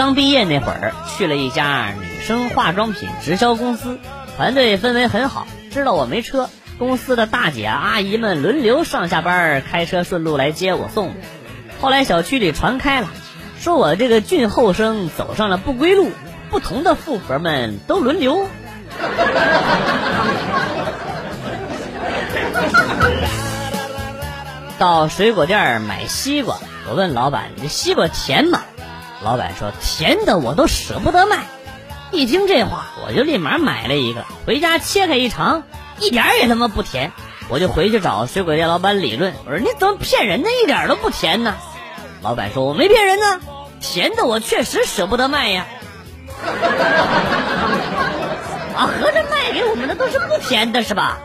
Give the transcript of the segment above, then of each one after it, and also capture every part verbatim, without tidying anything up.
刚毕业那会儿，去了一家女生化妆品直销公司，团队氛围很好。知道我没车，公司的大姐阿姨们轮流上下班，开车顺路来接我送我。后来小区里传开了，说我这个俊后生走上了不归路，不同的富婆们都轮流。到水果店买西瓜，我问老板：“你这西瓜甜吗？”老板说：“甜的我都舍不得卖。”一听这话，我就立马买了一个，回家切开一尝，一点也他妈不甜。我就回去找水果店老板理论，我说：“你怎么骗人的，一点都不甜呢？”老板说：“我没骗人呢，甜的我确实舍不得卖呀。”啊，合着卖给我们的都是不甜的是吧？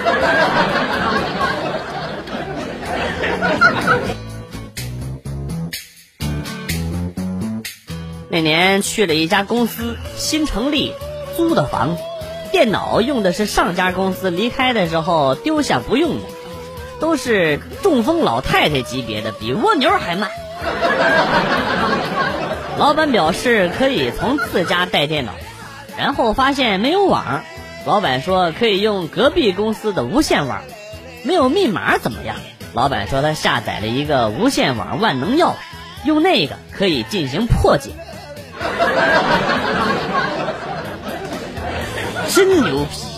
那年去了一家公司，新成立，租的房子，电脑用的是上家公司离开的时候丢下不用的，都是中风老太太级别的，比蜗牛还慢。老板表示可以从自家带电脑，然后发现没有网，老板说可以用隔壁公司的无线网，没有密码怎么样？老板说他下载了一个无线网万能钥匙，用那个可以进行破解。真牛逼！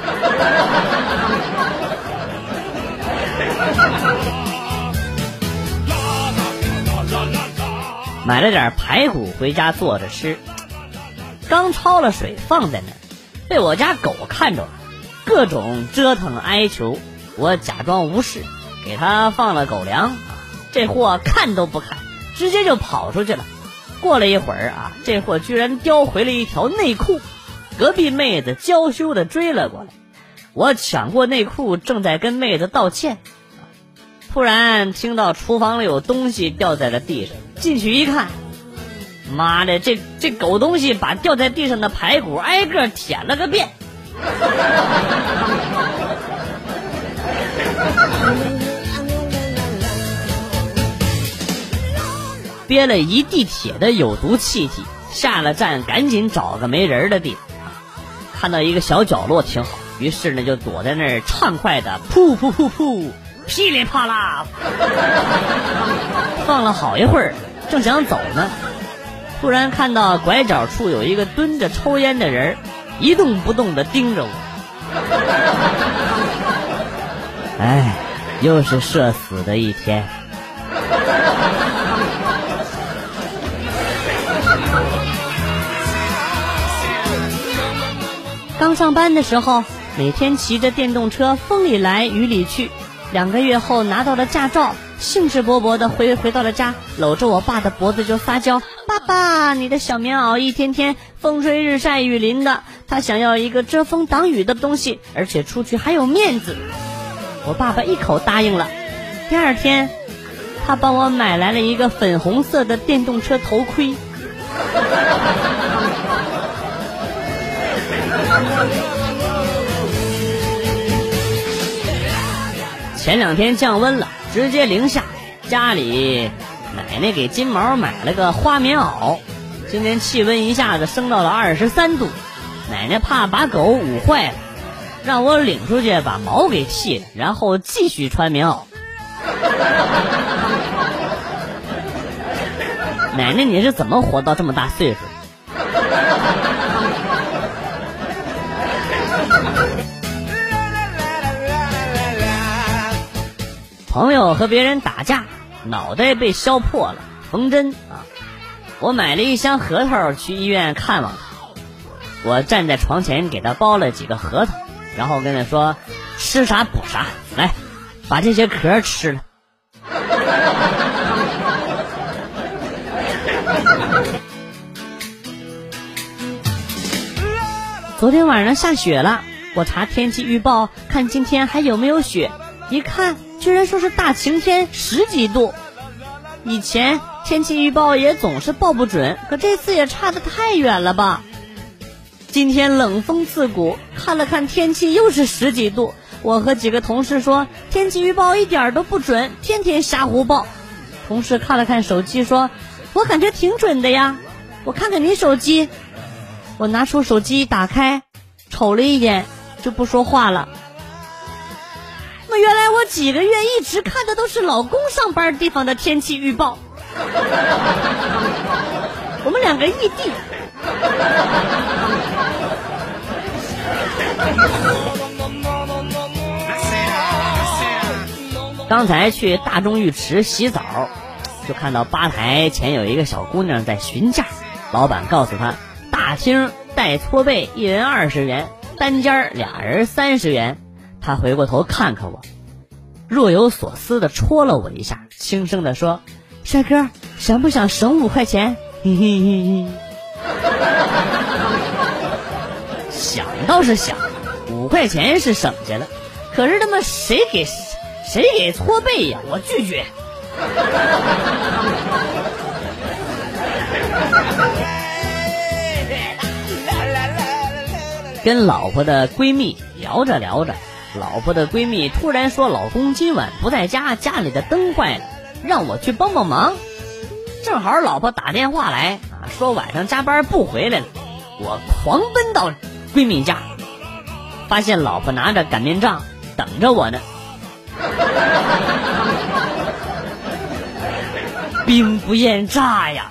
买了点排骨回家做着吃，刚焯了水放在那儿，被我家狗看着了，各种折腾哀求，我假装无视，给它放了狗粮，这货看都不看，直接就跑出去了。过了一会儿啊，这货居然叼回了一条内裤，隔壁妹子娇羞的追了过来，我抢过内裤，正在跟妹子道歉，突然听到厨房里有东西掉在了地上，进去一看，妈的，这这狗东西把掉在地上的排骨挨个舔了个遍。憋了一地铁的有毒气体，下了站赶紧找个没人的地方，看到一个小角落挺好，于是呢就躲在那儿畅快的噗噗噗噗噼里啪啦放了好一会儿，正想走呢，突然看到拐角处有一个蹲着抽烟的人，一动不动的盯着我。哎，又是社死的一天。刚上班的时候，每天骑着电动车风里来雨里去，两个月后拿到了驾照，兴致勃勃地回回到了家，搂着我爸的脖子就撒娇：爸爸，你的小棉袄一天天风吹日晒雨淋的，他想要一个遮风挡雨的东西，而且出去还有面子。我爸爸一口答应了。第二天他帮我买来了一个粉红色的电动车头盔。前两天降温了，直接零下，家里奶奶给金毛买了个花棉袄，今天气温一下子升到了二十三度，奶奶怕把狗捂坏了，让我领出去把毛给剃了，然后继续穿棉袄。奶奶你是怎么活到这么大岁数？朋友和别人打架，脑袋被削破了，缝针啊！我买了一箱核桃去医院看望他，我站在床前给他剥了几个核桃，然后跟他说吃啥补啥，来把这些壳吃了。昨天晚上下雪了，我查天气预报看今天还有没有雪，一看居然说是大晴天，十几度。以前天气预报也总是报不准，可这次也差得太远了吧。今天冷风刺骨，看了看天气又是十几度，我和几个同事说天气预报一点都不准，天天瞎胡报。同事看了看手机说，我感觉挺准的呀。 我看看你手机。我拿出手机打开，瞅了一眼就不说话了。那原来我几个月一直看的都是老公上班地方的天气预报。我们两个异地。刚才去大众浴池洗澡，就看到吧台前有一个小姑娘在询价，老板告诉她，大厅带搓背一人二十元，单间俩人三十元。她回过头看看我，若有所思的戳了我一下，轻声的说，帅哥，想不想省五块钱？嘿嘿嘿嘿。想倒是想，五块钱是省下了，可是他妈谁给谁给搓背呀？我拒绝。跟老婆的闺蜜聊着聊着，老婆的闺蜜突然说老公今晚不在家，家里的灯坏了，让我去帮帮忙。正好老婆打电话来啊，说晚上加班不回来了。我狂奔到闺蜜家，发现老婆拿着擀面杖等着我呢。兵不厌诈呀。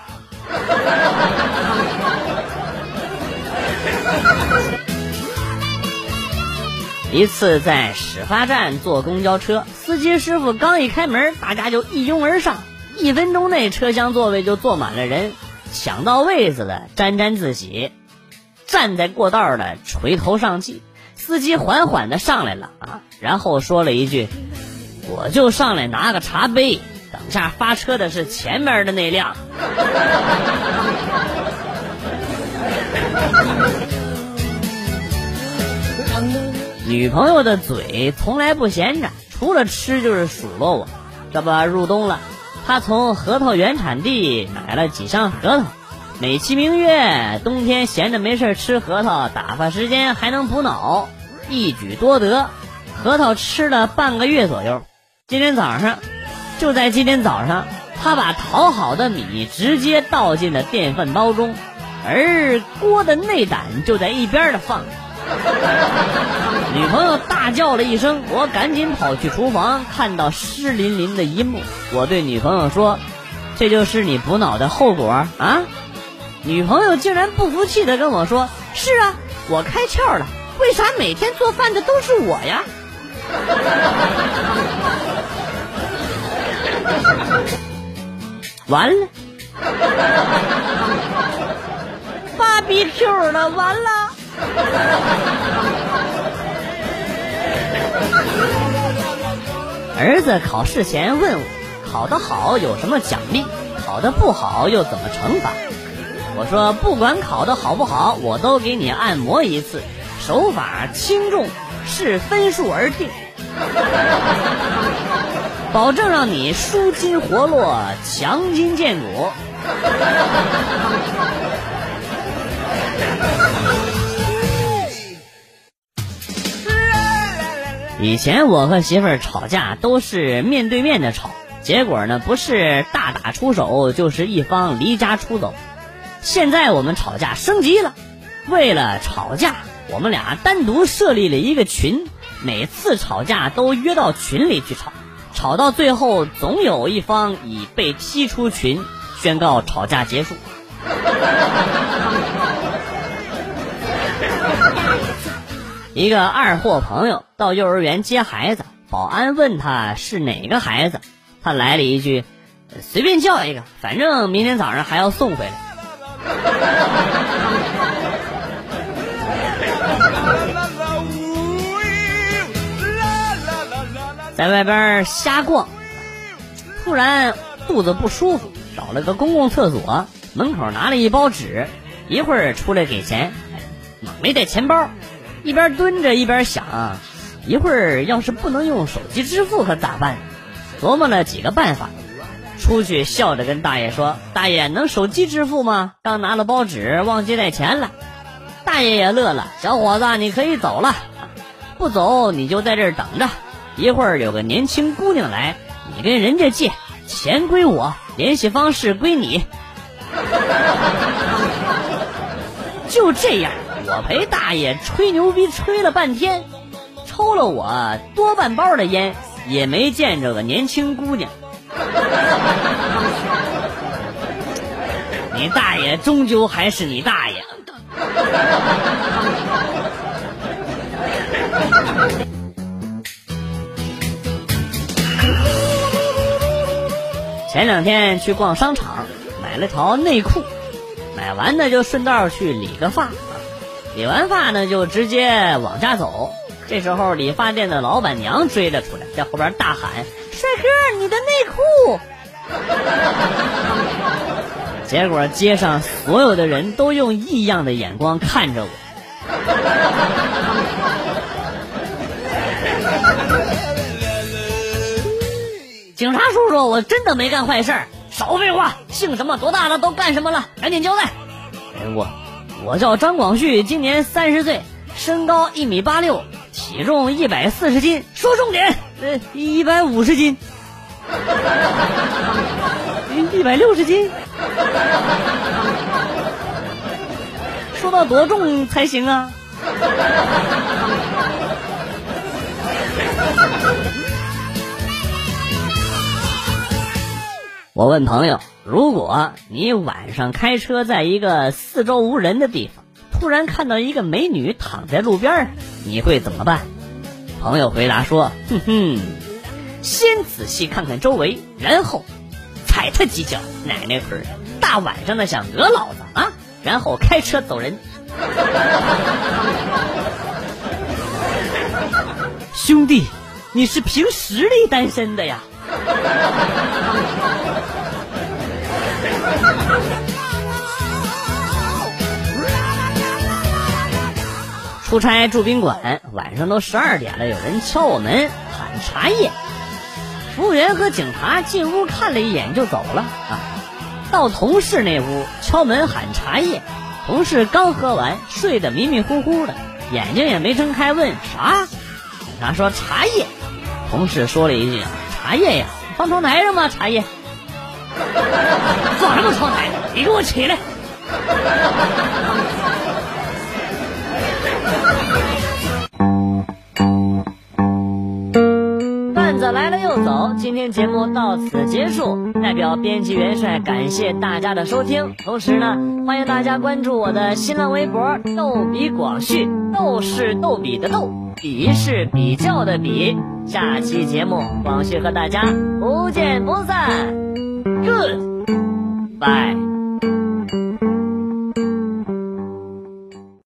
一次在始发站坐公交车，司机师傅刚一开门，大家就一拥而上，一分钟内车厢座位就坐满了人，抢到位子的沾沾自喜，站在过道的垂头丧气。司机缓缓的上来了啊，然后说了一句，我就上来拿个茶杯，等下发车的是前面的那辆。女朋友的嘴从来不闲着，除了吃就是数落我。这不入冬了，她从核桃原产地买了几箱核桃，美其名曰冬天闲着没事吃核桃打发时间还能补脑，一举多得。核桃吃了半个月左右，今天早上就在今天早上她把淘好的米直接倒进了电饭煲中，而锅的内胆就在一边的放着。女朋友大叫了一声，我赶紧跑去厨房，看到湿淋淋的一幕，我对女朋友说，这就是你补脑的后果啊。女朋友竟然不服气的跟我说，是啊，我开窍了，为啥每天做饭的都是我呀？完了芭比 Q 了，完了。儿子考试前问我，考得好有什么奖励，考得不好又怎么惩罚？我说不管考得好不好，我都给你按摩一次，手法轻重视分数而定，保证让你舒筋活络，强筋健骨。以前我和媳妇儿吵架都是面对面的吵，结果呢不是大打出手，就是一方离家出走。现在我们吵架升级了，为了吵架我们俩单独设立了一个群，每次吵架都约到群里去吵，吵到最后总有一方以被踢出群宣告吵架结束。一个二货朋友到幼儿园接孩子，保安问他是哪个孩子，他来了一句，随便叫一个，反正明天早上还要送回来。在外边瞎逛，突然肚子不舒服，找了个公共厕所，门口拿了一包纸，一会儿出来给钱，没带钱包，一边蹲着一边想，一会儿要是不能用手机支付可咋办？琢磨了几个办法，出去笑着跟大爷说，大爷能手机支付吗？刚拿了包纸忘记带钱了。大爷也乐了，小伙子你可以走了，不走你就在这儿等着，一会儿有个年轻姑娘来，你跟人家借，钱归我，联系方式归你。 就这样，我陪大爷吹牛逼吹了半天，抽了我多半包的烟，也没见着个年轻姑娘。你大爷终究还是你大爷。前两天去逛商场，买了条内裤，买完呢就顺道去理个发，理完发呢就直接往家走。这时候理发店的老板娘追了出来，在后边大喊：帅哥，你的内裤！结果街上所有的人都用异样的眼光看着我。警察叔叔，我真的没干坏事儿，少废话，姓什么多大了都干什么了，赶紧交代。哎，我我叫张广旭，今年三十岁，身高一米八六，体重一百四十斤，说重点，呃，一百五十斤，一百六十斤，说到多重才行啊？我问朋友，如果你晚上开车在一个四周无人的地方，突然看到一个美女躺在路边，你会怎么办？朋友回答说，哼哼，先仔细看看周围，然后踩他几脚，奶奶腿，大晚上的想讹老子啊，然后开车走人。兄弟，你是凭实力单身的呀。出差住宾馆，晚上都十二点了，有人敲我门喊茶叶，服务员和警察进屋看了一眼就走了啊。到同事那屋敲门喊茶叶，同事刚喝完，睡得迷迷糊糊的，眼睛也没睁开，问啥？警察说茶叶。同事说了一句，茶叶呀，放窗台上吗？茶叶放什么窗台？你给我起来！段子来了又走，今天节目到此结束，代表编辑元帅感谢大家的收听，同时呢，欢迎大家关注我的新浪微博逗比广旭，逗是逗比的逗，比是比较的比。下期节目广旭和大家不见不散， Goodbye。